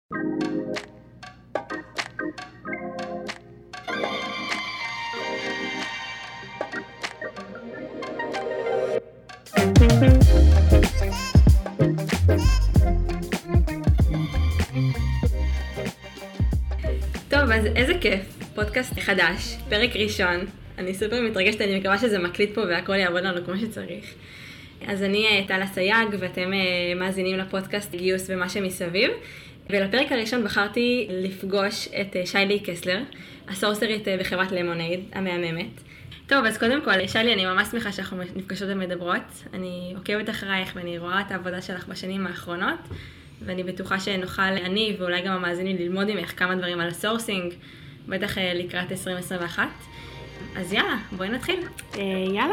טוב, אז איזה כיף, פודקאסט חדש, פרק ראשון. אני סופר מתרגשת, אני מקווה שזה מקליט פה והכל יעבוד לנו כמו שצריך. אז אני טל אסייג ואתם מאזינים לפודקאסט גיוס ומה שמסביב. ולפרק הראשון בחרתי לפגוש את שיילי קסלר, הסורסרית בחברת למונייד המהממת. טוב, אז קודם כל, שיילי, אני ממש שמחה שאנחנו נפגשות ומדברות. אני עוקבת אחרייך ואני רואה את העבודה שלך בשנים האחרונות. ואני בטוחה שנוכל אני ואולי גם המאזינים ללמוד ממך כמה דברים על הסורסינג, בטח לקראת 2021. אז יאללה, בואי נתחיל. יאללה.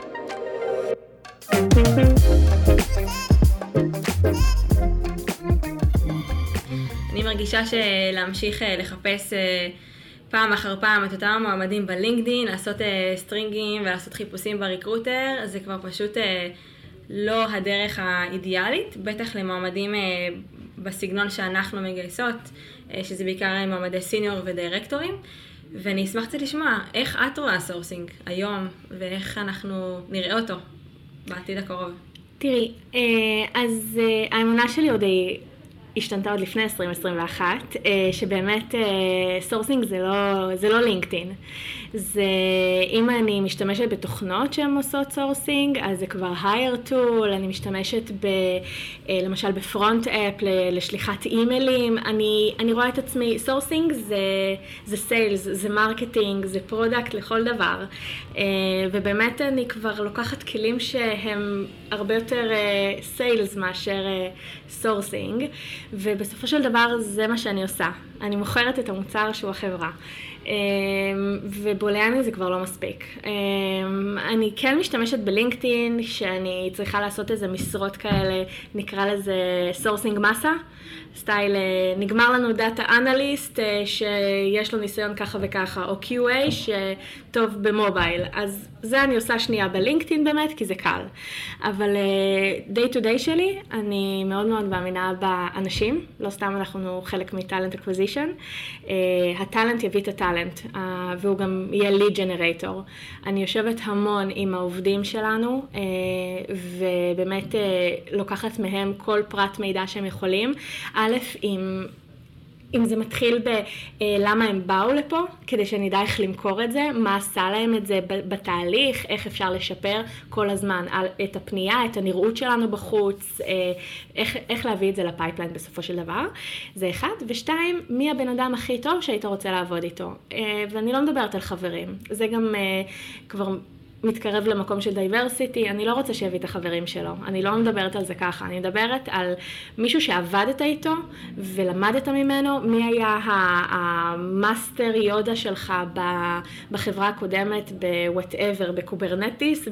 אני מרגישה שלהמשיך לחפש פעם אחר פעם את אותם המועמדים בלינקדין, לעשות סטרינגים ולעשות חיפושים בריקרוטר, זה כבר פשוט לא הדרך האידיאלית, בטח למועמדים בסגנון שאנחנו מגייסות, שזה בעיקר מועמדי סיניור ודירקטורים, ואני אשמח קצת לשמוע איך את רואה סורסינג היום, ואיך אנחנו נראה אותו בעתיד הקרוב. תראי, אז האמונה שלי עוד השתנתה עוד לפני 2021, שבאמת סורסינג זה לא לינקדאין. זה, אם אני משתמשת בתוכנות שהן עושות סורסינג, אז זה כבר hire tool, אני משתמשת למשל בפרונט אפ, לשליחת אימיילים, אני רואה את עצמי, סורסינג זה סיילס, זה מרקטינג, זה פרודקט לכל דבר, ובאמת אני כבר לוקחת כלים שהם הרבה יותר סיילס מאשר סורסינג, ובסופו של דבר זה מה שאני עושה, אני מוכרת את המוצר שהוא החברה. ובוליאני זה כבר לא מספיק. אני כן משתמשת בלינקדאין, שאני צריכה לעשות איזה משרות כאלה, נקרא לזה סורסינג מסה, סטייל, נגמר לנו דאטה אנליסט שיש לו ניסיון ככה וככה, או QA שטוב במובייל. אז זה אני עושה שנייה בלינקדאין באמת, כי זה קל. אבל day to day שלי, אני מאוד מאוד מאמינה באנשים, לא סתם אנחנו חלק מטלנט אקוויזישן. הטלנט יביא את הטלנט, והוא גם יהיה lead generator. אני יושבת המון עם העובדים שלנו, ובאמת לוקחת מהם כל פרט מידע שהם יכולים. א', אם זה מתחיל בלמה הם באו לפה, כדי שנדע איך למכור את זה, מה עשה להם את זה בתהליך, איך אפשר לשפר כל הזמן את הפנייה, את הנראות שלנו בחוץ, איך להביא את זה לפייפליין בסופו של דבר. זה אחד. ושתיים, מי הבן אדם הכי טוב שהיית רוצה לעבוד איתו. ואני לא מדברת על חברים. זה גם כבר מתקרב למקום של דייברסיטי, אני לא רוצה שיביא את החברים שלו, אני לא מדברת על זה ככה, אני מדברת על מישהו שעבדת איתו ולמדת ממנו, מי היה המאסטר יודה שלך בחברה הקודמת, ב-whatever, בקוברנטיס,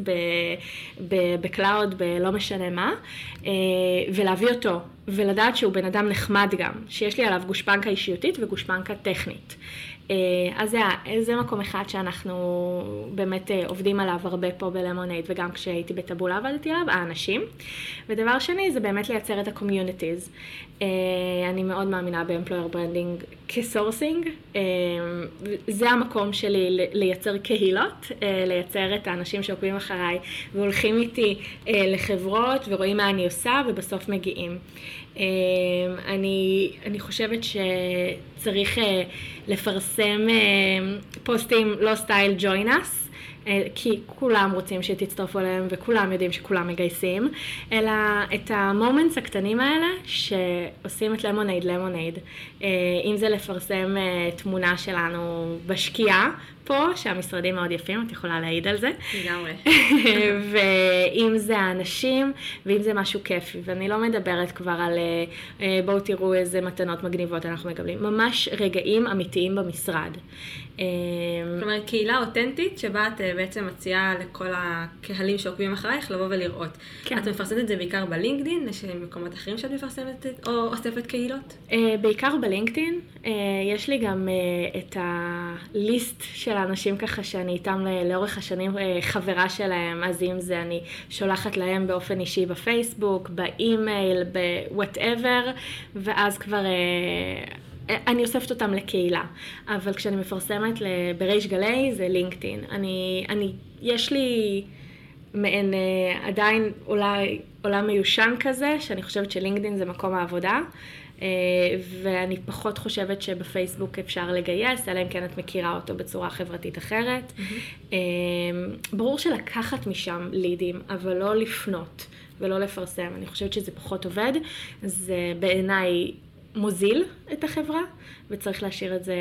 בקלאוד, בלא משנה מה, ולהביא אותו, ולדעת שהוא בן אדם נחמד גם, שיש לי עליו גושפנקה אישיותית וגושפנקה טכנית. אז זה מקום אחד שאנחנו באמת עובדים עליו הרבה פה בלמונייד, וגם כשהייתי בטבולה עבדתי עליו, האנשים. ודבר שני זה באמת לייצר את הקומיוניטיז. אני מאוד מאמינה באמפלויר ברנדינג כסורסינג. זה המקום שלי לייצר קהילות, לייצר את האנשים שעוקבים אחריי והולכים איתי לחברות ורואים מה אני עושה ובסוף מגיעים. אני חושבת שצריך לפרסם פוסטים לא סטייל join us, כי כולם רוצים שתצטרפו אליהם וכולם יודעים שכולם מגייסים, אלא את המומנטס הקטנים האלה שעושים את למונייד. אם זה לפרסם תמונה שלנו בשקיעה פה, שהמשרדים מאוד יפים, את יכולה להעיד על זה. לגמרי. ואם זה האנשים, ואם זה משהו כיפי, ואני לא מדברת כבר על בואו תראו איזה מתנות מגניבות אנחנו מקבלים, ממש רגעים אמיתיים במשרד. כלומר, קהילה אותנטית שבה את בעצם מציעה לכל הקהלים שעוקבים אחרייך לבוא ולראות. כן. את מפרסמת את זה בעיקר בלינקדין, יש מקומות אחרים שאת מפרסמת או אוספת קהילות? בעיקר בלינקדין. יש לי גם את הליסט של האנשים ככה שאני איתם לאורך השנים חברה שלהם, אז אם זה אני שולחת להם באופן אישי בפייסבוק, באימייל, ב-whatever, ואז כבר אני אוספת אותם לקהילה. אבל כשאני מפרסמת בריש גלי זה לינקדאין. יש לי מעין עדיין אולי עולם מיושן כזה, שאני חושבת שלינקדאין זה מקום העבודה, ואני פחות חושבת שבפייסבוק אפשר לגייס, אלא אם כן את מכירה אותו בצורה חברתית אחרת. ברור שלקחת משם לידים, אבל לא לפנות ולא לפרסם. אני חושבת שזה פחות עובד, זה בעיניי מוזיל את החברה, וצריך להשאיר את זה,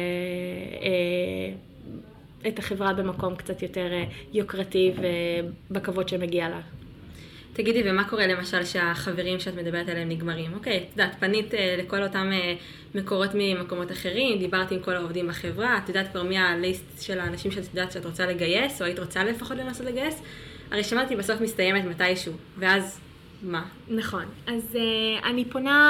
את החברה במקום קצת יותר יוקרתי ובכבוד שמגיע לה. תגידי, ומה קורה למשל שהחברים שאת מדברת עליהם נגמרים? אוקיי, את יודעת, פנית לכל אותם מקורות ממקומות אחרים, דיברתי עם כל העובדים בחברה, את יודעת כבר מי הליסט של האנשים שאת יודעת שאת רוצה לגייס, או היית רוצה לפחות לנסות לגייס, הרשימה היא בסוף מסתיימת מתישהו, ואז מה? נכון, אז אני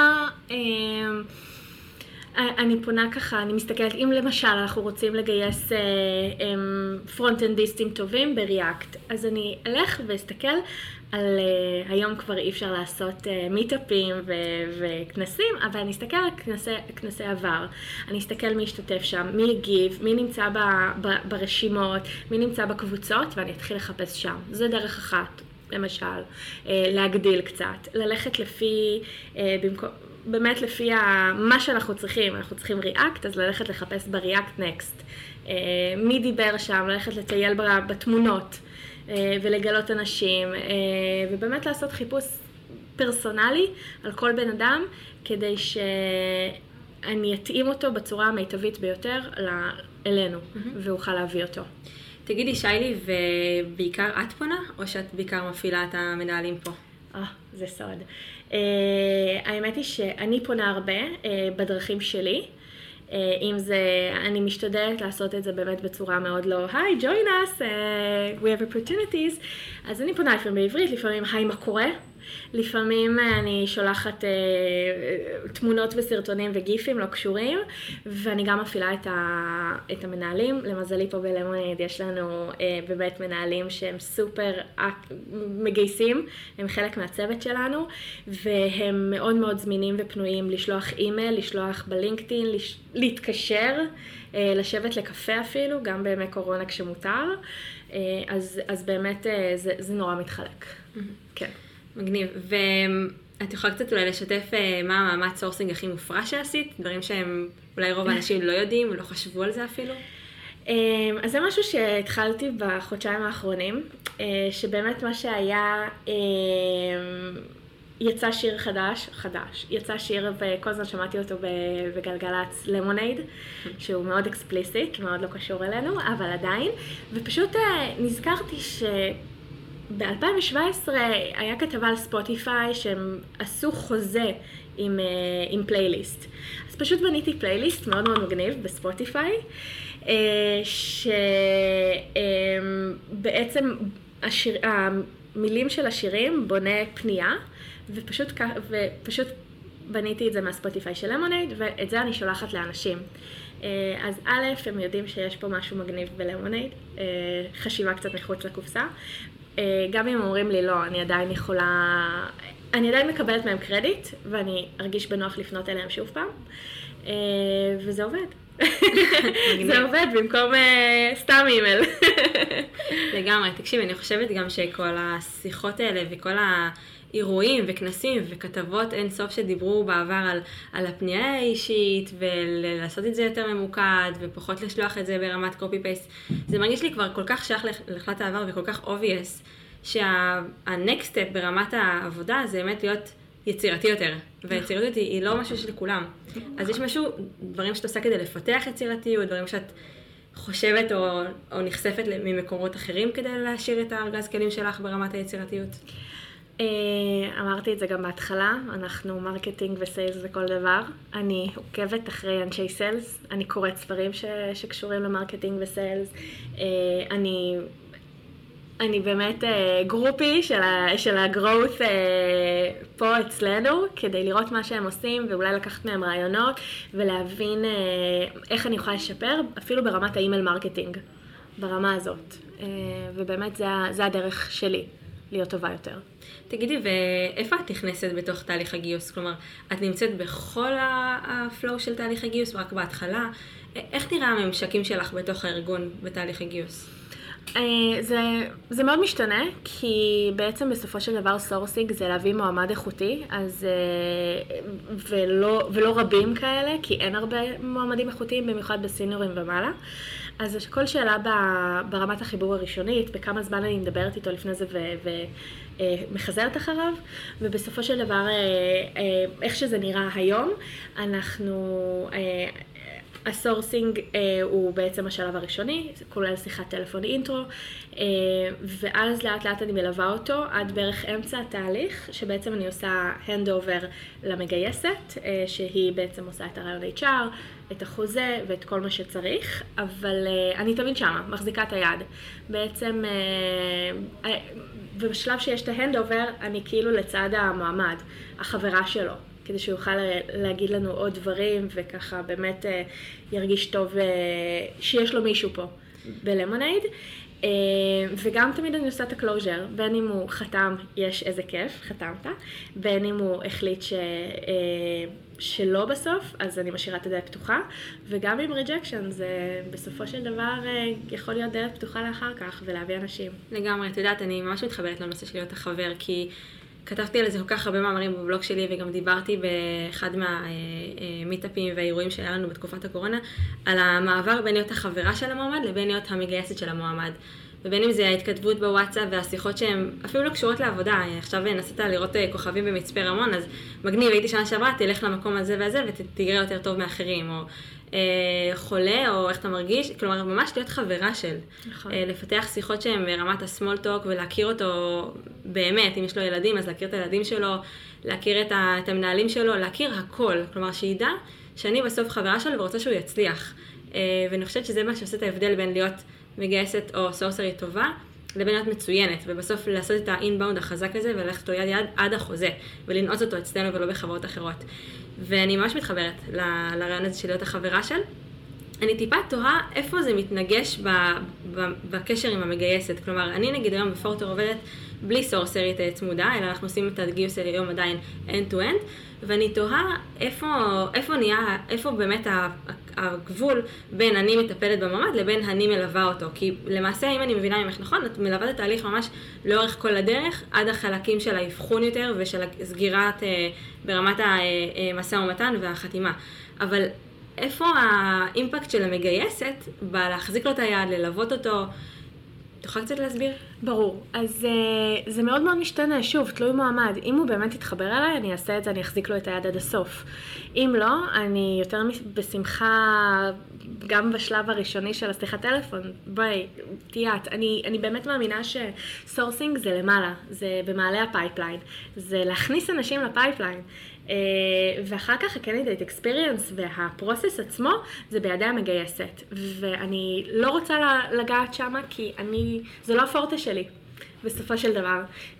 פונה ככה, אני מסתכלת, אם למשל אנחנו רוצים לגייס פרונט-אנדיסטים טובים בריאקט, אז אני אלך ואסתכל על, היום כבר אי אפשר לעשות מיטאפים וכנסים, אבל אני אסתכל על כנסי עבר, אני אסתכל מי השתתף שם, מי הגיב, מי נמצא ברשימות, מי נמצא בקבוצות, ואני אתחיל לחפש שם. זו דרך אחת, למשל, להגדיל קצת, ללכת לפי, באמת לפי מה שאנחנו צריכים, אנחנו צריכים ריאקט, אז ללכת לחפש בריאקט נקסט. מי דיבר שם, ללכת לטייל בתמונות ולגלות אנשים, ובאמת לעשות חיפוש פרסונלי על כל בן אדם, כדי שאני אתאים אותו בצורה המיטבית ביותר אלינו, ואוכל להביא אותו. תגידי, שיילי, ובעיקר את פונה, או שאת בעיקר מפעילה את המנהלים פה? זה סוד. האמת היא שאני פונה הרבה בדרכים שלי. אם זה, אני משתדלת לעשות את זה באמת בצורה מאוד לא, היי, join us, we have opportunities. אז אני פונה לפעמים בעברית, לפעמים, היי, מה קורה? לפעמים אני שולחת תמונות וסרטונים וגיפים לא קשורים, ואני גם מפעילה את המנהלים. למזלי פה בלמונייד יש לנו באמת מנהלים שהם סופר מגייסים, הם חלק מהצוות שלנו, והם מאוד מאוד זמינים ופנויים לשלוח אימייל, לשלוח בלינקדאין, להתקשר, לשבת לקפה אפילו, גם בימי קורונה כשמותר, אז באמת זה נורא מתחלק. כן. מגניב. ואת יכולה קצת אולי לשתף מה המאמץ סורסינג הכי מופרע שעשית? דברים שהם אולי רוב האנשים לא יודעים ולא חשבו על זה אפילו? אז זה משהו שהתחלתי בחודשיים האחרונים, שבאמת מה שהיה, יצא שיר חדש, יצא שיר וכל הזמן שמעתי אותו בגלגלצ למונייד, שהוא מאוד אקספליסיט, מאוד לא קשור אלינו, אבל עדיין, ופשוט נזכרתי ב-2017 היה כתבה על ספוטיפיי שהם עשו חוזה עם פלייליסט. אז פשוט בניתי פלייליסט מאוד מאוד מגניב בספוטיפיי, שבעצם המילים של השירים בונה פנייה, ופשוט בניתי את זה מהספוטיפיי של למונייד, ואת זה אני שולחת לאנשים. אז א', הם יודעים שיש פה משהו מגניב בלמונייד, חשיבה קצת מחוץ לקופסה. גם אם אומרים לי לא, אני עדיין מקבלת מהם קרדיט, ואני ארגיש בנוח לפנות אליהם שוב פעם, וזה עובד. זה עובד במקום סתם אימייל. לגמרי, תקשיבי, אני חושבת גם שכל השיחות האלה וכל האירועים וכנסים וכתבות אין סוף שדיברו בעבר על הפנייה האישית ולעשות את זה יותר ממוקד ופחות לשלוח את זה ברמת קופי-פייסט. זה מרגיש לי כבר כל כך שייך לחלט העבר וכל כך obvious שה-next step ברמת העבודה זה באמת להיות יצירתי יותר. ויצירתיות היא לא משהו של כולם. אז יש משהו, דברים שאת עושה כדי לפתח יצירתיות, דברים שאת חושבת או נחשפת ממקומות אחרים כדי להשאיר את הארגז כלים שלך ברמת היצירתיות? אמרתי את זה גם בהתחלה, אנחנו מרקטינג וסיילס וכל דבר. אני עוקבת אחרי אנשי סיילס, אני קוראת ספרים שקשורים למרקטינג וסיילס. אני באמת גרופי של הגרוות פה אצלנו, כדי לראות מה שהם עושים ואולי לקחת מהם רעיונות ולהבין איך אני יכולה לשפר, אפילו ברמת האימייל מרקטינג. ברמה הזאת. ובאמת זה הדרך שלי, להיות טובה יותר. תגידי, ואיפה את נכנסת בתוך תהליך הגיוס? כלומר, את נמצאת בכל הפלואו של תהליך הגיוס, רק בהתחלה? איך נראה הממשקים שלך בתוך הארגון בתהליך הגיוס? זה מאוד משתנה, כי בעצם בסופו של דבר סורסינג זה להביא מועמד איכותי, ולא רבים כאלה, כי אין הרבה מועמדים איכותיים, במיוחד בסיניורים ומעלה. אז כל שאלה ברמת החיבור הראשונית, בכמה זמן אני מדברת איתו לפני זה ומחזרת אחריו, ובסופו של דבר, איך שזה נראה היום, הסורסינג הוא בעצם השלב הראשוני, זה כולל שיחת טלפון אינטרו, ואז לאט לאט אני מלווה אותו עד בערך אמצע התהליך, שבעצם אני עושה handover למגייסת, שהיא בעצם עושה את הרעיון HR, את החוזה ואת כל מה שצריך, אבל אני תמיד שמה, מחזיקה את היד. בעצם ובשלב שיש את ההנדאובר, אני כאילו לצד המועמד, החברה שלו. כדי שהוא יוכל להגיד לנו עוד דברים, וככה באמת ירגיש טוב שיש לו מישהו פה בלמונייד. וגם תמיד אני עושה את הקלוז'ר, בין אם הוא חתם, יש איזה כיף, חתמת, בין אם הוא החליט שלא בסוף, אז אני משאירה את הדלת פתוחה, וגם עם ריג'קשן, זה בסופו של דבר יכול להיות דלת פתוחה לאחר כך, ולהביא אנשים. לגמרי, את יודעת, אני ממש מתחברת לנושא של להיות החבר, כי כתבתי על זה כל כך הרבה מאמרים בבלוג שלי, וגם דיברתי באחד מהמיטאפים והאירועים שהיה לנו בתקופת הקורונה, על המעבר בין להיות החברה של המועמד לבין להיות המגייסת של המועמד. ובין אם זה ההתכתבות בוואטסאפ והשיחות שהן אפילו לא קשורות לעבודה. עכשיו נסית לראות כוכבים במצפה רמון, אז מגניב, הייתי שנה שעברה, תלך למקום הזה והזה ותגרא יותר טוב מאחרים, או חולה, או איך אתה מרגיש, כלומר ממש להיות חברה של, לפתח שיחות שהן ברמת הסמול טוק ולהכיר אותו באמת, אם יש לו ילדים אז להכיר את הילדים שלו, להכיר את המנהלים שלו, להכיר הכל, כלומר שידע שאני בסוף חברה שלו ורוצה שהוא יצליח. ואני חושבת שזה מה שעושה את ההבדל בין להיות מגייסת או סורסרית טובה, לבין להיות מצוינת, ובסוף לעשות את האינבאונד החזק הזה וללכת אותו יד יד עד החוזה, ולנעוץ אותו אצלנו ולא בחברות אחרות. ואני ממש מתחברת לרעיון הזה של להיות החברה של. אני טיפה תוהה איפה זה מתנגש בקשר עם המגייסת. כלומר, אני נגיד היום בפורטר עובדת בלי סורסרית צמודה, אלא אנחנו עושים את הגיוס היום עדיין end-to-end, ואני תוהה איפה באמת הגבול בין אני מטפלת במועמד לבין אני מלווה אותו. כי למעשה, אם אני מבינה ממך נכון, את מלווה את התהליך ממש לאורך כל הדרך, עד החלקים של האבחון יותר ושל הסגירת ברמת המשא ומתן והחתימה. אבל איפה האימפקט של המגייסת בלהחזיק לו את היד, ללוות אותו? תוכל קצת להסביר? ברור. אז זה מאוד מאוד משתנה. שוב, תלוי מועמד. אם הוא באמת יתחבר אליי, אני אעשה את זה, אני אחזיק לו את היד עד הסוף. אם לא, אני יותר בשמחה, גם בשלב הראשוני של השיחת טלפון, בואי, תיאת. אני באמת מאמינה שסורסינג זה למעלה, זה במעלה הפייפליין. זה להכניס אנשים לפייפליין. ואחר כך ה-candidate experience והפרוסס עצמו זה בידי המגייסת, ואני לא רוצה לגעת שמה כי זה לא הפורטה שלי בסופו של דבר,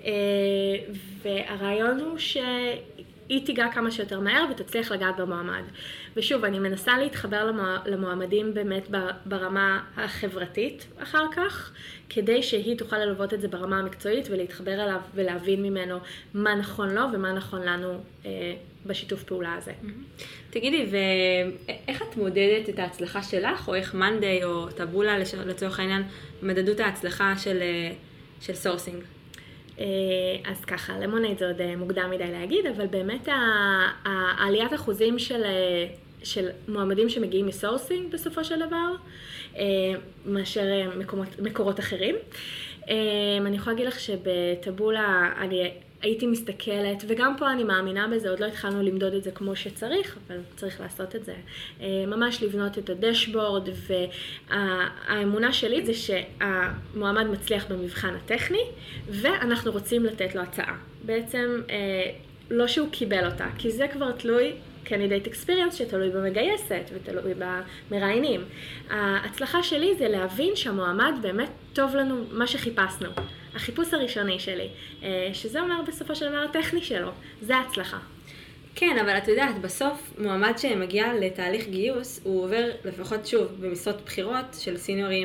והרעיון הוא שהיא תיגע כמה שיותר מהר ותצליח לגעת במועמד. ושוב, אני מנסה להתחבר למועמדים באמת ברמה החברתית אחר כך, כדי שהיא תוכל ללוות את זה ברמה המקצועית ולהתחבר אליו ולהבין ממנו מה נכון לו ומה נכון לנו בשיתוף פעולה הזה. תגידי, ואיך את מודדת את ההצלחה שלך, או איך מנדי או טבולה לצורך העניין מדדו את ההצלחה של סורסינג? אז ככה, למונייד זה עוד מוקדם מדי להגיד, אבל באמת העליית אחוזים של מועמדים שמגיעים מסורסינג בסופו של דבר, מאשר מקורות אחרים. אני יכולה להגיד לך שבטבולה אני הייתי מסתכלת, וגם פה אני מאמינה בזה, עוד לא התחלנו למדוד את זה כמו שצריך, אבל צריך לעשות את זה. ממש לבנות את הדשבורד, והאמונה שלי זה שהמועמד מצליח במבחן הטכני, ואנחנו רוצים לתת לו הצעה. בעצם לא שהוא קיבל אותה, כי זה כבר תלוי candidate experience שתלוי במגייסת ותלוי במראיינים. ההצלחה שלי זה להבין שהמועמד באמת טוב לנו מה שחיפשנו. החיפוש הראשוני שלי, שזה אומר בסופו של דבר הטכני שלו, זה ההצלחה. כן, אבל את יודעת, בסוף מועמד שמגיע לתהליך גיוס, הוא עובר לפחות שוב במשרות בחירות של סיניורים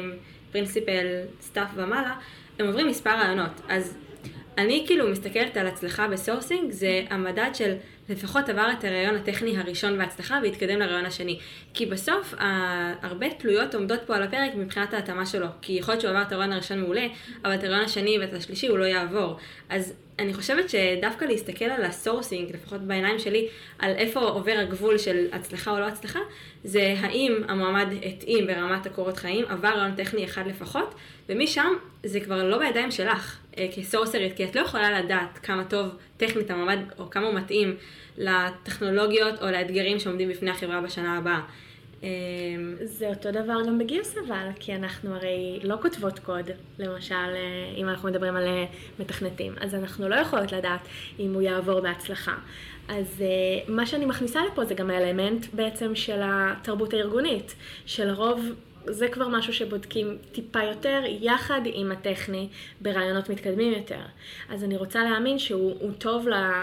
פרינסיפל, סטאפ ומעלה, הם עוברים מספר רעיונות. אז אני כאילו מסתכלת על הצלחה בסורסינג, זה המדד של לפחות עבר את הרעיון הטכני הראשון בהצלחה והתקדם לרעיון השני. כי בסוף הרבה תלויות עומדות פה על הפרק מבחינת ההתאמה שלו. כי יכול להיות שהוא עבר את הרעיון הראשון מעולה, אבל את הרעיון השני ואת השלישי הוא לא יעבור. אז אני חושבת שדווקא להסתכל על הסורסינג, לפחות בעיניים שלי, על איפה עובר הגבול של הצלחה או לא הצלחה, זה האם המועמד התאים ברמת הקורות חיים, עבר רעיון טכני אחד לפחות, ומשם זה כבר לא בידיים שלך כסורסרית, כי את לא יכולה לדעת כמה טוב טכנית המועמד או כמה הוא מתאים לטכנולוגיות או לאתגרים שעומדים בפני החברה בשנה הבאה. זה אותו דבר גם בגיוס אבל, כי אנחנו הרי לא כותבות קוד, למשל אם אנחנו מדברים על מתכנתים, אז אנחנו לא יכולות לדעת אם הוא יעבור בהצלחה. אז מה שאני מכניסה לפה זה גם האלמנט בעצם של התרבות הארגונית, שלרוב זה כבר משהו שבודקים טיפה יותר יחד עם הטכני ברעיונות מתקדמים יותר. אז אני רוצה להאמין שהוא טוב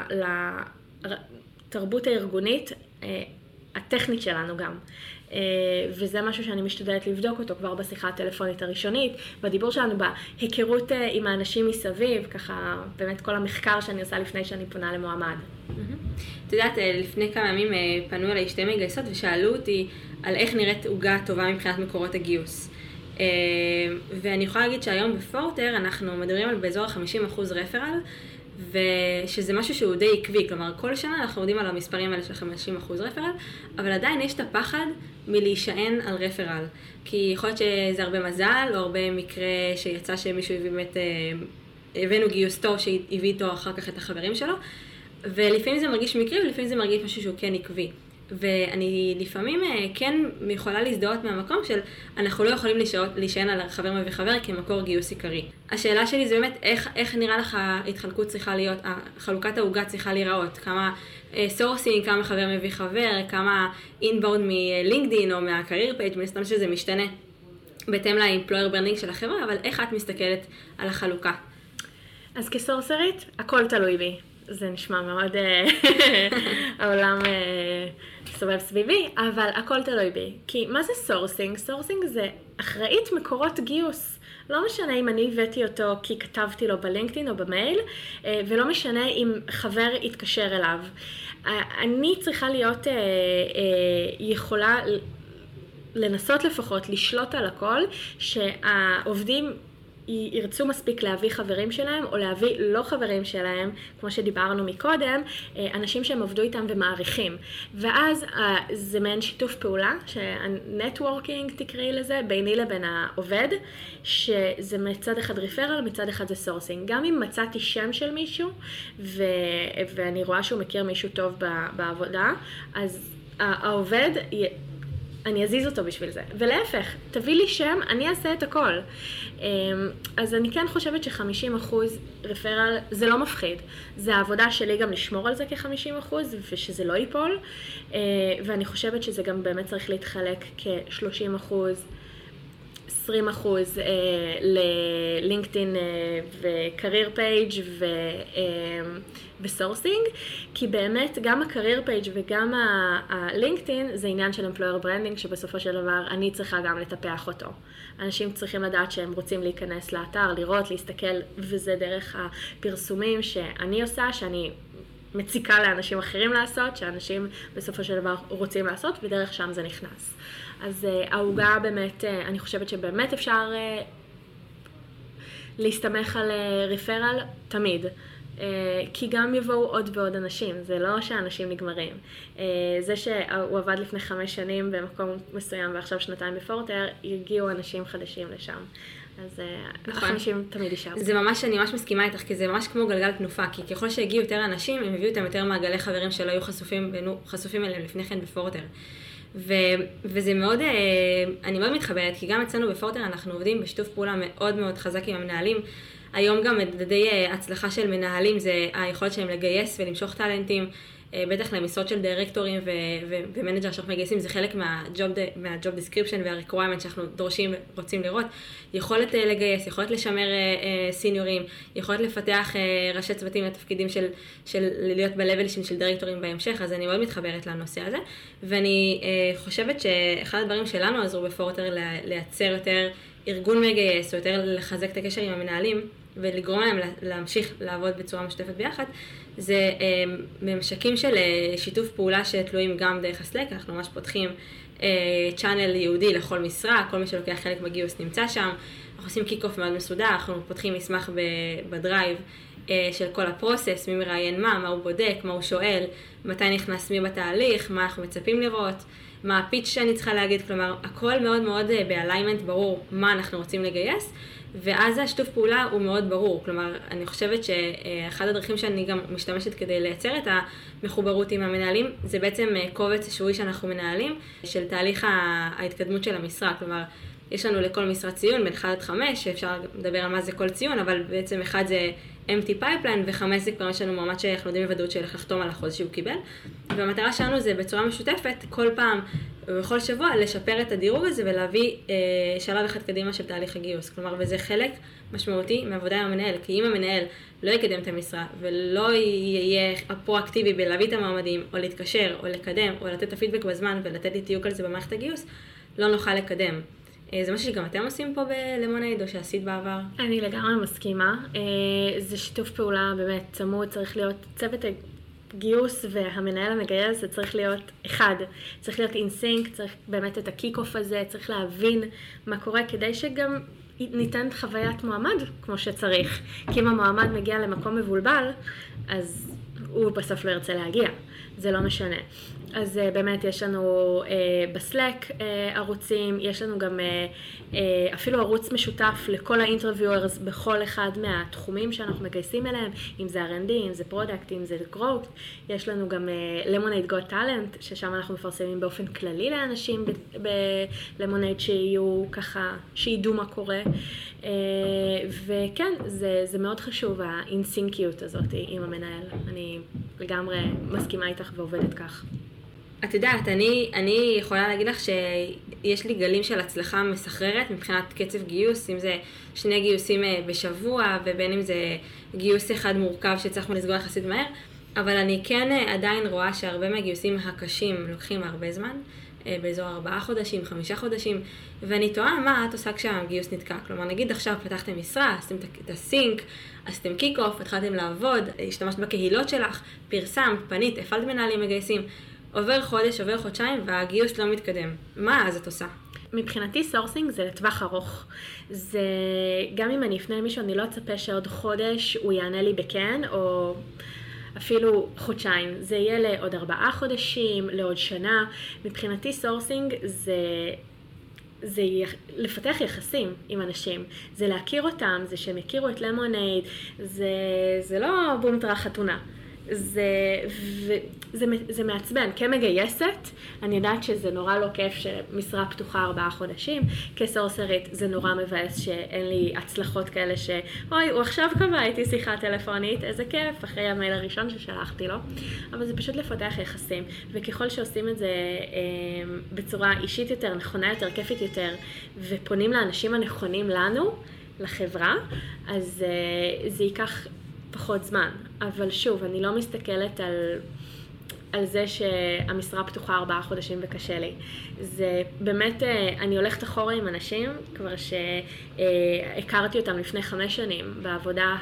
לתרבות הארגונית הטכנית שלנו גם. וזה משהו שאני משתדלת לבדוק אותו כבר בשיחה הטלפונית הראשונית, בדיבור שלנו, בהיכרות עם האנשים מסביב, ככה באמת כל המחקר שאני עושה לפני שאני פונה למועמד. את יודעת, לפני כמה ימים פנו אליי שתי מגייסות ושאלו אותי על איך נראית עוגה טובה מבחינת מקורות הגיוס. ואני יכולה להגיד שהיום בפורטר אנחנו מדברים על באזור ה-50% רפרל, ושזה משהו שהוא די עקבי, כלומר כל שנה אנחנו עובדים על המספרים האלה של 50% רפרל, אבל עדיין יש את הפחד מלהישען על רפרל, כי יכול להיות שזה הרבה מזל, או הרבה מקרה שיצא שמישהו הביא באמת, הבאנו גיוס טוב שהביא איתו אחר כך את החברים שלו, ולפעמים זה מרגיש מקרי, ולפעמים זה מרגיש משהו שהוא כן עקבי. ואני לפעמים כן יכולה להזדהות מהמקום של אנחנו לא יכולים להישען על חבר מביא חבר כמקור גיוס עיקרי. השאלה שלי זה באמת איך נראה לך ההתחלקות צריכה להיות, חלוקת העוגה צריכה להיראות, כמה סורסינג, כמה חבר מביא חבר, כמה אינבאונד מלינקדין או מהקרייר פייג', מסתם שזה משתנה בהתאם לאמפלויר ברנדינג של החברה, אבל איך את מסתכלת על החלוקה? אז כסורסרית, הכל תלוי בי. זה נשמע מאוד העולם סובב סביבי, אבל הכל תלוי בי. כי מה זה סורסינג? סורסינג זה אחראית מקורות גיוס. לא משנה אם אני הבאתי אותו כי כתבתי לו בלינקדין או במייל, ולא משנה אם חבר יתקשר אליו. אני צריכה להיות יכולה לנסות לפחות לשלוט על הכל, שהעובדים ירצו מספיק להביא חברים שלהם, או להביא לא חברים שלהם, כמו שדיברנו מקודם, אנשים שהם עבדו איתם ומעריכים. ואז זה מעין שיתוף פעולה, שהנטוורקינג תקראי לזה, ביני לבין העובד, שזה מצד אחד ריפרל, מצד אחד זה סורסינג. גם אם מצאתי שם של מישהו, ואני רואה שהוא מכיר מישהו טוב בעבודה, אז העובד אני אזיז אותו בשביל זה. ולהפך, תביא לי שם, אני אעשה את הכל. אז אני כן חושבת ש50% רפרל זה לא מפחיד. זה העבודה שלי גם לשמור על זה כ50% ושזה לא ייפול. ואני חושבת שזה גם באמת צריך להתחלק כ30%, 20% ללינקדין וקרייר פייג' וסורסינג, כי באמת גם הקרייר פייג' וגם הלינקדין זה עניין של אמפלויר ברנדינג, שבסופו של דבר אני צריכה גם לטפח אותו. אנשים צריכים לדעת שהם רוצים להיכנס לאתר, לראות, להסתכל, וזה דרך הפרסומים שאני עושה, שאני מציקה לאנשים אחרים לעשות, שאנשים בסופו של דבר רוצים לעשות, ודרך שם זה נכנס. אז העוגה באמת, אני חושבת שבאמת אפשר להסתמך על ריפרל תמיד. כי גם יבואו עוד ועוד אנשים, זה לא שאנשים נגמרים. זה שהוא עבד לפני 5 שנים במקום מסוים ועכשיו 2 בפורטר, יגיעו אנשים חדשים לשם. אז החמישים תמיד יישאר. זה ממש, אני ממש מסכימה איתך, כי זה ממש כמו גלגל תנופה, כי ככל שהגיעו יותר אנשים, הם הביאו אותם יותר מעגלי חברים שלא היו חשופים אליהם לפני כן בפורטר. וזה מאוד, אני מאוד מתחברת, כי גם אצלנו בפורטר אנחנו עובדים בשיתוף פעולה מאוד מאוד חזק עם המנהלים. היום גם מדדי הצלחה של מנהלים זה היכולת שלהם לגייס ולמשוך טלנטים, בטח למשרות של דירקטורים ומנג'ר שאנחנו מגייסים, זה חלק מהג'וב דיסקריפשן והריקוויימנט שאנחנו דורשים ורוצים לראות. יכולת לגייס, יכולת לשמר סיניורים, יכולת לפתח ראשי צוותים לתפקידים של להיות בלבל של דירקטורים בהמשך, אז אני מאוד מתחברת לנושא הזה. ואני חושבת שאחד הדברים שלנו עזרו בפורטר לייצר יותר ארגון מגייס, או יותר לחזק את הקשר עם המנהלים, ולגרום להם להמשיך לעבוד בצורה משותפת ביחד, זה ממשקים של שיתוף פעולה שתלויים גם דרך הסלק. אנחנו ממש פותחים צ'אנל ייעודי לכל משרה, כל מי שלוקח חלק בגיוס נמצא שם, אנחנו עושים קיק-אוף מאוד מסודר, אנחנו פותחים מסמך בדרייב של כל הפרוסס, מי מראיין מה הוא בודק, מה הוא שואל, מתי נכנס מי בתהליך, מה אנחנו מצפים לראות, מה הפיץ' שאני צריכה להגיד, כלומר, הכל מאוד מאוד באליימנט ברור מה אנחנו רוצים לגייס, ואז השיתוף פעולה הוא מאוד ברור. כלומר, אני חושבת שאחד הדרכים שאני גם משתמשת כדי לייצר את המחוברות עם המנהלים, זה בעצם קובץ שבועי שאנחנו מנהלים, של תהליך ההתקדמות של המשרה. כלומר, יש לנו לכל משרה ציון, בין 1 עד 5, שאפשר לדבר על מה זה כל ציון, אבל בעצם 1 זה empty pipeline, ו5 זה כבר יש לנו מועמד שאנחנו יודעים בוודאות שהולך לחתום על החוזה שהוא קיבל. והמטרה שלנו זה בצורה משותפת, כל פעם ובכל שבוע, לשפר את הדירוג הזה ולהביא שלב אחד קדימה של תהליך הגיוס. כלומר, וזה חלק משמעותי מעבודה עם המנהל, כי אם המנהל לא יקדם את המשרה, ולא יהיה פרואקטיבי בלהביא את המועמדים, או להתקשר, או לקדם, או לתת את הפידבק בזמן, ולתת לי תיוק על זה במערכת הגיוס, לא נוכל לקדם. זה משהו שגם אתם עושים פה בלמונייד, או שעשית בעבר? אני לגמרי מסכימה. זה שיתוף פעולה באמת צמוד, צריך להיות צוות גיוס והמנהל המגייס, זה צריך להיות אחד. צריך להיות אינסינק, צריך באמת את הקיק-אוף הזה, צריך להבין מה קורה, כדי שגם ניתן חוויית מועמד כמו שצריך. כי אם המועמד מגיע למקום מבולבל, אז הוא בסוף לא ירצה להגיע. זה לא משנה. אז באמת יש לנו בסלק ערוצים, יש לנו גם אפילו ערוץ משותף לכל האינטרוויורס בכל אחד מהתחומים שאנחנו מגייסים אליהם, אם זה R&D, אם זה פרודקט, אם זה growth. יש לנו גם Lemonade Got Talent, ששם אנחנו מפרסמים באופן כללי לאנשים ב-Lemonade שיהיו ככה, שידעו מה קורה. וכן, זה מאוד חשוב, האינסינקיות הזאת עם המנהל. אני לגמרי מסכימה איתך ועובדת כך. את יודעת, אני יכולה להגיד לך שיש לי גלים של הצלחה מסחררת מבחינת קצב גיוס, אם זה 2 גיוסים בשבוע, ובין אם זה גיוס אחד מורכב שצריכנו לסגור יחסית מהר, אבל אני כן עדיין רואה שהרבה מהגיוסים הקשים לוקחים הרבה זמן, באזור 4 חודשים, 5 חודשים, ואני תוהה מה את עושה כשהגיוס נתקע. כלומר, נגיד עכשיו פתחתם משרה, עשיתם את הסינק, עשיתם קיק-אוף, התחלתם לעבוד, השתמשת בקהילות שלך, פרסמת, פנית, הפעלת מנהלים מגייסים, עובר חודש, עובר חודשיים, והגיוס לא מתקדם. מה אז את עושה? מבחינתי סורסינג זה לטווח ארוך. זה, גם אם אני אפנה למישהו, אני לא אצפה שעוד חודש הוא יענה לי בכן, או אפילו חודשיים. זה יהיה לעוד 4 חודשים, לעוד שנה. מבחינתי סורסינג זה לפתח יחסים עם אנשים, זה להכיר אותם, זה שהם יכירו את למונייד, זה לא בום טרח חתונה. זה מעצבן. כמגייסת, אני יודעת שזה נורא לא כיף שמשרה פתוחה 4 חודשים. כסורסרית זה נורא מבאס שאין לי הצלחות כאלה אוי, הוא עכשיו קבע איתי שיחה טלפונית, איזה כיף, אחרי המייל הראשון ששלחתי לו. אבל זה פשוט לפתח יחסים. וככל שעושים את זה בצורה אישית יותר, נכונה יותר, כיפית יותר, ופונים לאנשים הנכונים לנו, לחברה, אז זה ייקח פחות זמן. אבל שוב, אני לא מסתכלת על זה שהמשרה פתוחה 4 חודשים וקשה לי. זה באמת, אני הולכת אחורה עם אנשים, כבר שהכרתי אותם לפני 5 שנים, בעבודה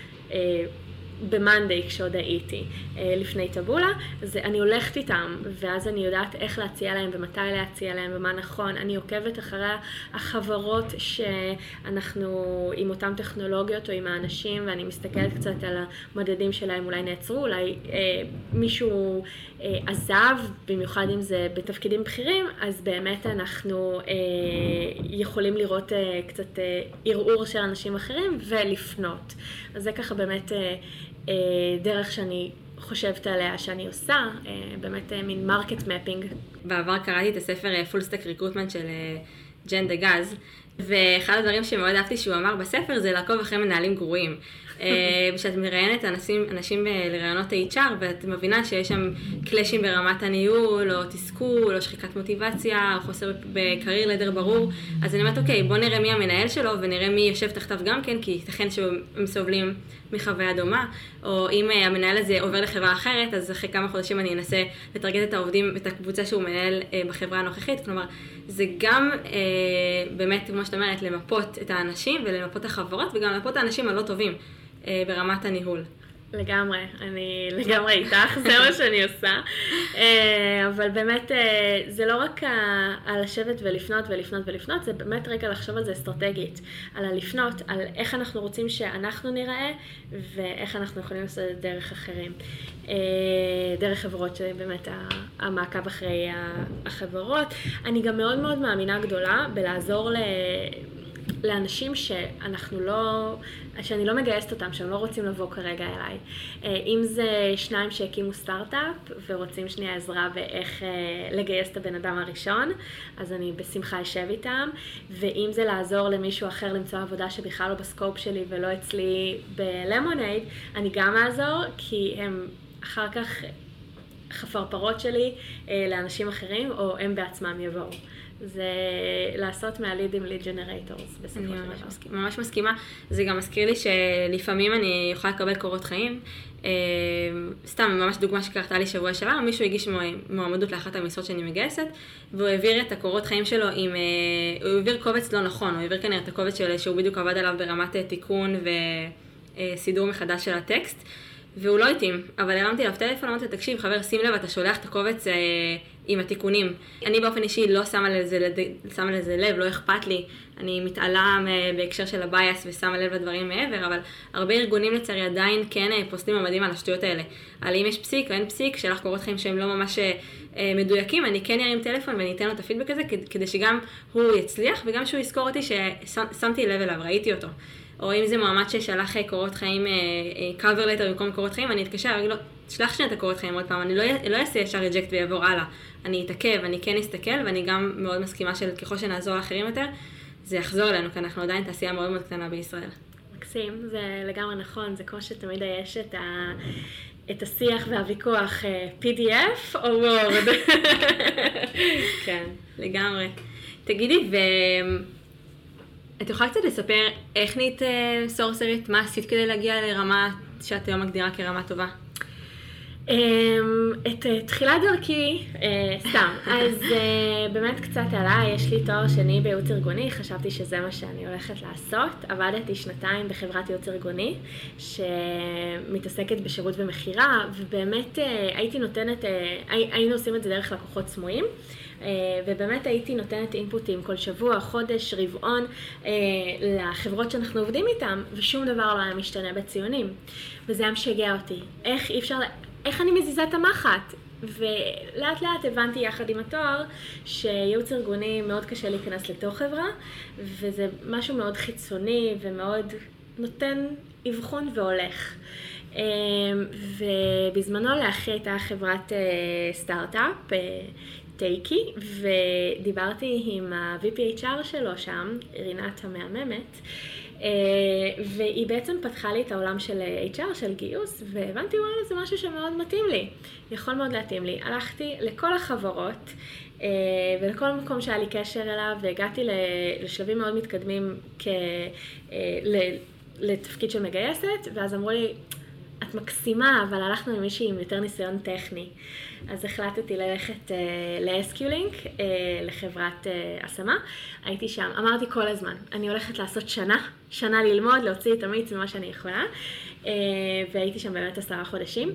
במנדי כשעוד הייתי לפני טבולה, אז אני הולכת איתם, ואז אני יודעת איך להציע להם ומתי להציע להם ומה נכון. אני עוקבת אחרי החברות שאנחנו עם אותם טכנולוגיות או עם האנשים, ואני מסתכלת קצת על המדדים שלהם, אולי נעצרו, אולי מישהו עזב, במיוחד אם זה בתפקידים בכירים, אז באמת אנחנו יכולים לראות קצת ערעור של אנשים אחרים ולפנות. אז זה ככה באמת דרך שאני חושבת עליה שאני עושה, באמת מין מרקט מפינג. בעבר קראתי את הספר Full Stack Recruitment של ג'ן דה גז, ואחד הדברים שמאוד אהבתי שהוא אמר בספר זה לעקוב אחרי מנהלים גרועים. כשאת מראיינת אנשים לראיונות HR, ואת מבינה שיש שם קלאשים ברמת הניהול, או תסכול, או שחיקת מוטיבציה, או חוסר בקרייר לידר ברור, אז אני אומרת, אוקיי, בוא נראה מי המנהל שלו, ונראה מי יושב תחתיו גם כן, כי ייתכן שהם סובלים מחוויה דומה, או אם המנהל הזה עובר לחברה אחרת, אז אחרי כמה חודשים אני אנסה לתרגט את העובדים, את הקבוצה שהוא מנהל בחברה הנוכחית. כלומר, זה גם באמת, כמו שאת אומרת, למפות את האנשים ולמפות החברות, וגם למפות האנשים הלא טובים ברמת הניהול. לגמרי, אני לגמרי איתך, זה מה שאני עושה. אבל באמת, זה לא רק על לשבת ולפנות, זה באמת רגע לחשוב על זה אסטרטגית, על הלפנות, על איך אנחנו רוצים שאנחנו נראה, ואיך אנחנו יכולים לעשות את דרך אחרים. דרך חברות, שבאמת המעקב אחרי החברות. אני גם מאוד מאוד מאמינה גדולה בלעזור לאנשים שאני לא מגייסת אותם, שהם לא רוצים לבוא כרגע אליי. אם זה שניים שהקימו סטארט-אפ ורוצים שנייה עזרה באיך לגייס את הבן אדם הראשון, אז אני בשמחה אשב איתם. ואם זה לעזור למישהו אחר למצוא עבודה שבכלל לא בסקופ שלי ולא אצלי בלמונייד, אני גם אעזור, כי הם אחר כך חפרפרות שלי לאנשים אחרים, או הם בעצמם יבואו. זה לעשות מהלידים ליד ג'נרייטורס בסופו של דבר. אני ממש מסכימה. זה גם מזכיר לי שלפעמים אני יכולה לקבל קורות חיים. סתם, ממש דוגמה שקרתה לי שבוע שעבר, מישהו הגיש מועמדות לאחת המשרות שאני מגייסת, והוא העביר את הקורות חיים שלו הוא העביר קובץ לא נכון, הוא העביר כנראה את הקובץ שהוא בדיוק עבד עליו ברמת תיקון וסידור מחדש של הטקסט, והוא לא התאים, אבל הרמתי אליו טלפון, אמרתי, תקשיב, חבר, שים לב, אתה שולח את הקובץ עם התיקונים. אני באופן אישי לא שמה לזה לב, לא אכפת לי. אני מתעלה בהקשר של הבייס ושמה לב לדברים מעבר, אבל הרבה ארגונים לצערי עדיין כן פוסטים עמדים על השטויות האלה. על אם יש פסיק או אין פסיק, שלח קורות חיים שהם לא ממש מדויקים, אני כן ארים טלפון ואני אתן לו את הפידבק הזה, כדי שגם הוא יצליח וגם שהוא יזכור אותי ששמתי לב אליו, ראיתי אותו. או אם זה מועמד ששלח קורות חיים, cover letter במקום קורות חיים, אני אתקשר, אני לא, שלח שנייה את הקורות חיים עוד פעם, אני לא אעשה ישר ריג'קט ויעבור הלאה. אני אתעכב, אני כן אסתכל, ואני גם מאוד מסכימה של ככל שנעזור לאחרים יותר, זה יחזור אלינו, כי אנחנו עדיין תעשייה מאוד מאוד קטנה בישראל. מקסים, זה לגמרי נכון, זה כמו שתמיד יש את השיח והוויכוח, PDF או וורד. כן, לגמרי. תגידי, את יכולה קצת לספר איך נהיית סורסרית, מה עשית כדי להגיע לרמה שאת היום מגדירה כרמה טובה? את תחילת דרכי, סתם, אז באמת קצת עליי, יש לי תואר שני בייעוץ ארגוני, חשבתי שזה מה שאני הולכת לעשות, עבדתי 2 בחברת ייעוץ ארגוני, שמתעסקת בשירות ומחירה, ובאמת היינו עושים את זה דרך לקוחות סמויים, ובאמת הייתי נותנת אינפוטים כל שבוע, חודש, רבעון, לחברות שאנחנו עובדים איתם, ושום דבר לא היה משתנה בציונים, וזה היה משגע אותי. איך אני מזיזה את המחט? ולאט לאט הבנתי יחד עם התואר שייעוץ ארגוני מאוד קשה להיכנס לתוך חברה, וזה משהו מאוד חיצוני ומאוד נותן אבחון והולך. ובזמנו לאחי הייתה חברת סטארט-אפ, טייקי, ודיברתי עם ה-VPHR שלו שם, רינת המהממת, והיא בעצם פתחה לי את העולם של HR, של גיוס, והבנתי, וואלה, זה משהו שמאוד מתאים לי, יכול מאוד להתאים לי. הלכתי לכל החברות ולכל מקום שהיה לי קשר אליו, והגעתי לשלבים מאוד מתקדמים לתפקיד של מגייסת, ואז אמרו לי, את מקסימה, אבל הלכנו עם מישהי עם יותר ניסיון טכני. אז החלטתי ללכת ל-SQLink, לחברת השמה. הייתי שם, אמרתי כל הזמן, אני הולכת לעשות שנה ללמוד, להוציא את המיץ ממה שאני יכולה. והייתי שם באמת 10 חודשים.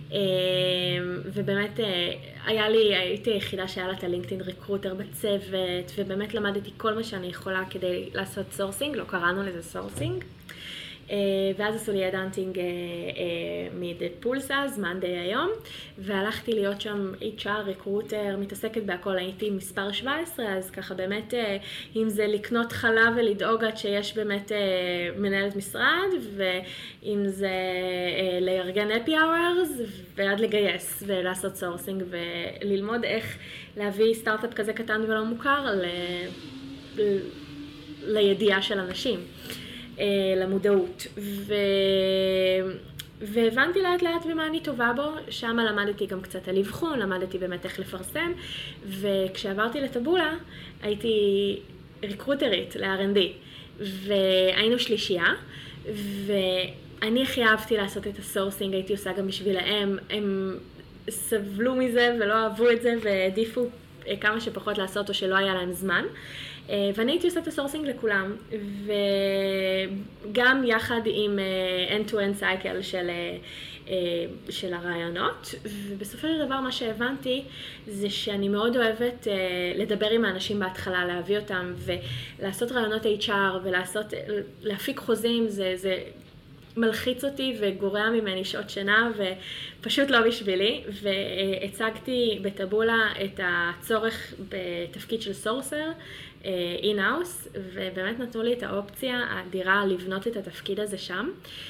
ובאמת הייתי היחידה שהיה לה את הלינקדאין ריקרוטר בצוות, ובאמת למדתי כל מה שאני יכולה כדי לעשות סורסינג, לא קראנו לזה סורסינג. ואז עשו לי הדאנטינג מפולסה, זמן די היום, והלכתי להיות שם HR, ריקרוטר, מתעסקת בהכל, הייתי מספר 17, אז ככה באמת, אם זה לקנות חלב ולדאוג עד שיש באמת מנהלת משרד, ואם זה לארגן happy hours, ועד לגייס ולעשות סורסינג, וללמוד איך להביא סטארט-אפ כזה קטן ולא מוכר לידיעה של אנשים. למודעות. והבנתי לאט לאט במה אני טובה בו, שם למדתי גם קצת על אבחון, למדתי באמת איך לפרסם, וכשעברתי לטבולה הייתי ריקרוטרית ל-R&D, והיינו שלישייה, ואני הכי אהבתי לעשות את הסורסינג, הייתי עושה גם בשבילהם, הם סבלו מזה ולא אהבו את זה והעדיפו כמה שפחות לעשות או שלא היה להם זמן. ואני הייתי עושה את הסורסינג לכולם, וגם יחד עם end-to-end cycle של הרעיונות, ובסופו של דבר מה שהבנתי זה שאני מאוד אוהבת לדבר עם האנשים בהתחלה, להביא אותם ולעשות רעיונות HR ולהפיק חוזים, זה מלחיץ אותי וגורע ממני שעות שינה ופשוט לא בשבילי, והצגתי בטבולה את הצורך בתפקיד של סורסר אין-האוס, ובאמת נתנו לי את האופציה האדירה לבנות את התפקיד הזה שם.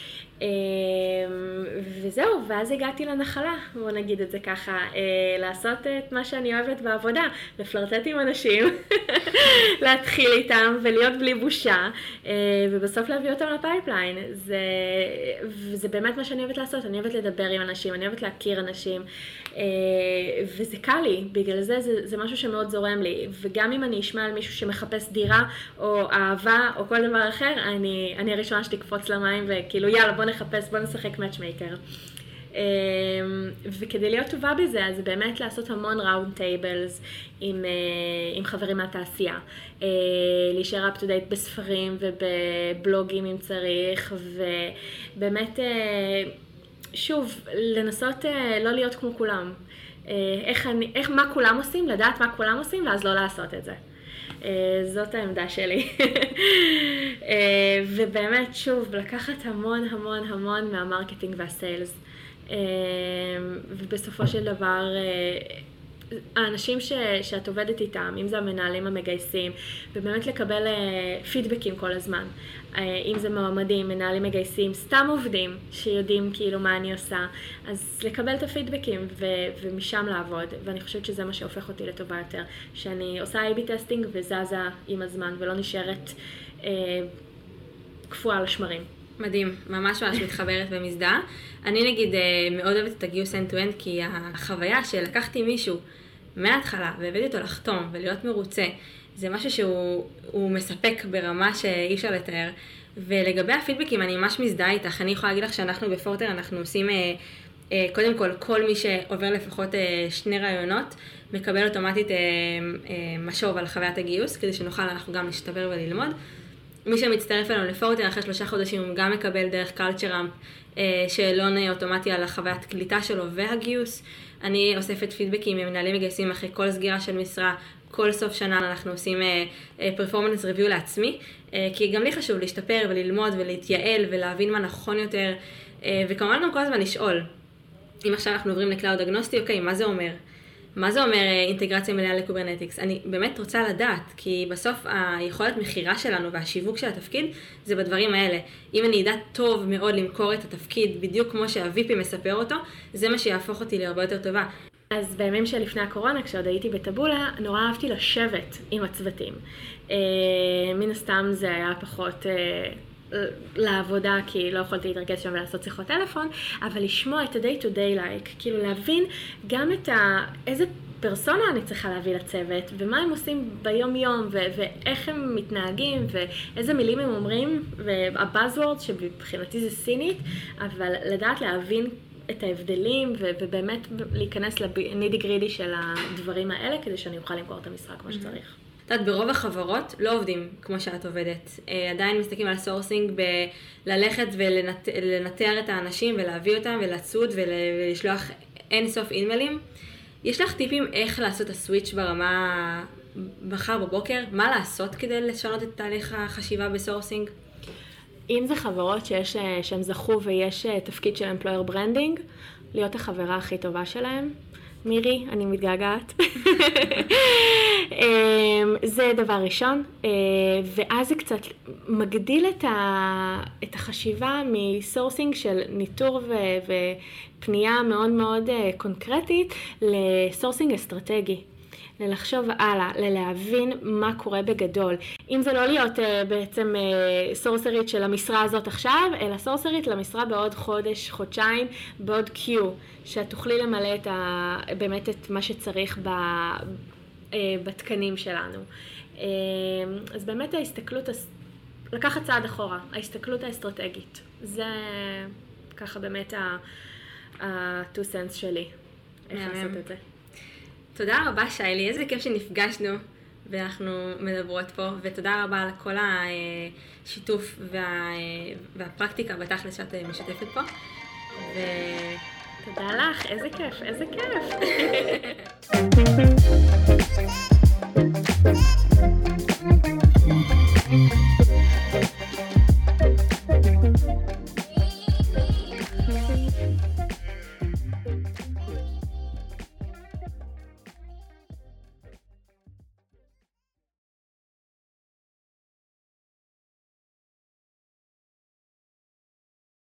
וזהו, ואז הגעתי לנחלה, בוא נגיד את זה ככה, לעשות את מה שאני אוהבת בעבודה, לפלרטט עם אנשים, להתחיל איתם ולהיות בלי בושה, ובסוף להביא אותם לפייפליין. זה באמת מה שאני אוהבת לעשות, אני אוהבת לדבר עם אנשים, אני אוהבת להכיר אנשים, וזה קל לי, בגלל זה משהו שמאוד זורם לי, וגם אם אני אשמע על מישהו שמחפש דירה, או אהבה, או כל דבר אחר, אני הראשונה שתקפוץ למים, וכאילו יאללה בוא נחפש, בוא נשחק מאצ'מייקר. וכדי להיות טובה בזה, אז באמת לעשות המון ראונד טייבלס עם חברים מהתעשייה, להישאר up to date בספרים ובבלוגים אם צריך, ובאמת שוב, לנסות לא להיות כמו כולם. מה כולם עושים, לדעת מה כולם עושים, ואז לא לעשות את זה. זאת העמדה שלי. ובאמת, שוב, לקחת המון המון המון מהמרקטינג והסיילס. ובסופו של דבר, האנשים שאת עובדת איתם, אם זה המנהלים המגייסים, ובאמת לקבל פידבקים כל הזמן. אם זה מועמדים, מנהלים מגייסים, סתם עובדים שיודעים כאילו מה אני עושה, אז לקבל את הפידבקים ומשם לעבוד. ואני חושבת שזה מה שהופך אותי לטובה יותר, שאני עושה A/B טסטינג וזזה עם הזמן ולא נשארת קפואה על השמרים. מדהים, ממש מתחברת ומזדהה. אני נגיד מאוד אוהבת את הגיוס end-to-end, כי החוויה שלקחתי מישהו מההתחלה והבאתי אותו לחתום ולהיות מרוצה, זה משהו שהוא מספק ברמה שאי אפשר לתאר. ולגבי הפידבקים אני ממש מזדהה איתך. אני יכולה להגיד לך שאנחנו בפורטר אנחנו עושים קודם כל מי שעובר לפחות 2 רעיונות מקבל אוטומטית משוב על חוויית הגיוס, כדי שנוכל אנחנו גם להשתבר וללמוד. מי שמצטרף אלינו לפורטר אחרי 3 חודשים הוא גם מקבל דרך קלצ'ראמפ שאלון אוטומטי על החוויית קליטה שלו והגיוס. אני אוספת פידבקים ממנהלים מגייסים אחרי כל סגירה של משרה, כל סוף שנה אנחנו עושים פרפורמנס ריוויו לעצמי, כי גם לי חשוב להשתפר וללמוד ולהתייעל ולהבין מה נכון יותר, וכמובן גם כל הזמן לשאול. אם עכשיו אנחנו עוברים לקלאוד אגנוסטי, אוקיי, מה זה אומר? מה זה אומר אינטגרציה מלאה לקוברנטיקס? אני באמת רוצה לדעת, כי בסוף היכולת מחירה שלנו והשיווק של התפקיד זה בדברים האלה. אם אני אדע טוב מאוד למכור את התפקיד בדיוק כמו שה-VP מספר אותו, זה מה שיהפוך אותי להרבה יותר טובה. אז בימים שלפני הקורונה, כשעוד הייתי בטבולה, נורא אהבתי לשבת עם הצוותים. מן הסתם זה היה פחות לעבודה, כי לא יכולתי להתרכז שם ולעשות שיחות טלפון, אבל לשמוע את ה-day to day like, כאילו להבין גם איזה פרסונה אני צריכה להביא לצוות, ומה הם עושים ביום יום, ואיך הם מתנהגים, ואיזה מילים הם אומרים, והbuzzword שבבחינתי זה סינית, אבל לדעת להבין את ההבדלים, ובאמת להיכנס לנידי גרידי של הדברים האלה, כדי שאני אוכל למכור את המשרה כמו שצריך. את יודעת, ברוב החברות לא עובדים כמו שאת עובדת. עדיין מסתכלים על סורסינג בללכת ולנטר את האנשים ולהביא אותם ולצוד ולשלוח אין סוף אימיילים. יש לך טיפים איך לעשות הסוויץ' ברמה מחר בבוקר? מה לעשות כדי לשנות את תהליך החשיבה בסורסינג? אם זה חברות שהם זכו ויש תפקיד של employer branding, להיות החברה הכי טובה שלהם. מירי, אני מתגעגעת. זה דבר ראשון, ואז זה קצת מגדיל את החשיבה מסורסינג של ניטור ופנייה מאוד מאוד קונקרטית לסורסינג אסטרטגי. ללחשוב הלאה, ללהבין מה קורה בגדול. אם זה לא להיות בעצם סורסרית של המשרה הזאת עכשיו, אלא סורסרית למשרה בעוד חודש, חודשיים, בעוד קיו, שאת תוכלי למלא באמת את מה שצריך בתקנים שלנו. אז באמת ההסתכלות, לקחת צעד אחורה, ההסתכלות האסטרטגית. זה ככה באמת ה-2 cents שלי, איך לעשות את זה. תודה רבה שיילי, איזה כיף שנפגשנו ואנחנו מדברות פה, ותודה רבה על כל השיתוף והפרקטיקה בתכלס שאת משתפת פה. תודה לך, איזה כיף, איזה כיף.